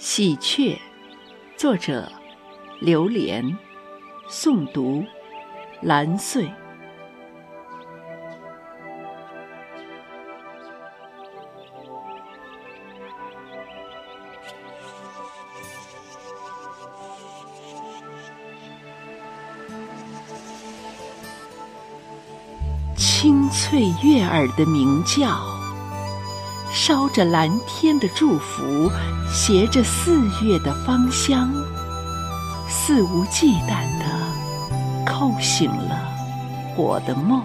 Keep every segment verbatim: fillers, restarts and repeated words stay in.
喜鹊，作者刘莲，诵读蓝穗。清脆悦耳的鸣叫，烧着蓝天的祝福，携着四月的芳香，肆无忌惮地叩醒了我的梦。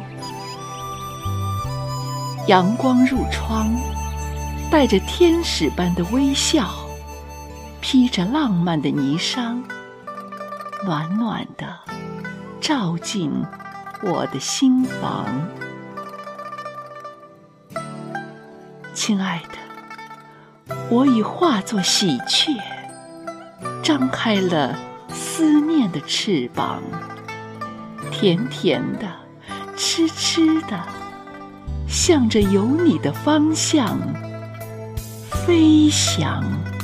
阳光入窗，带着天使般的微笑，披着浪漫的霓裳，暖暖地照进我的心房。亲爱的，我已化作喜鹊，张开了思念的翅膀，甜甜的，痴痴的，向着有你的方向飞翔。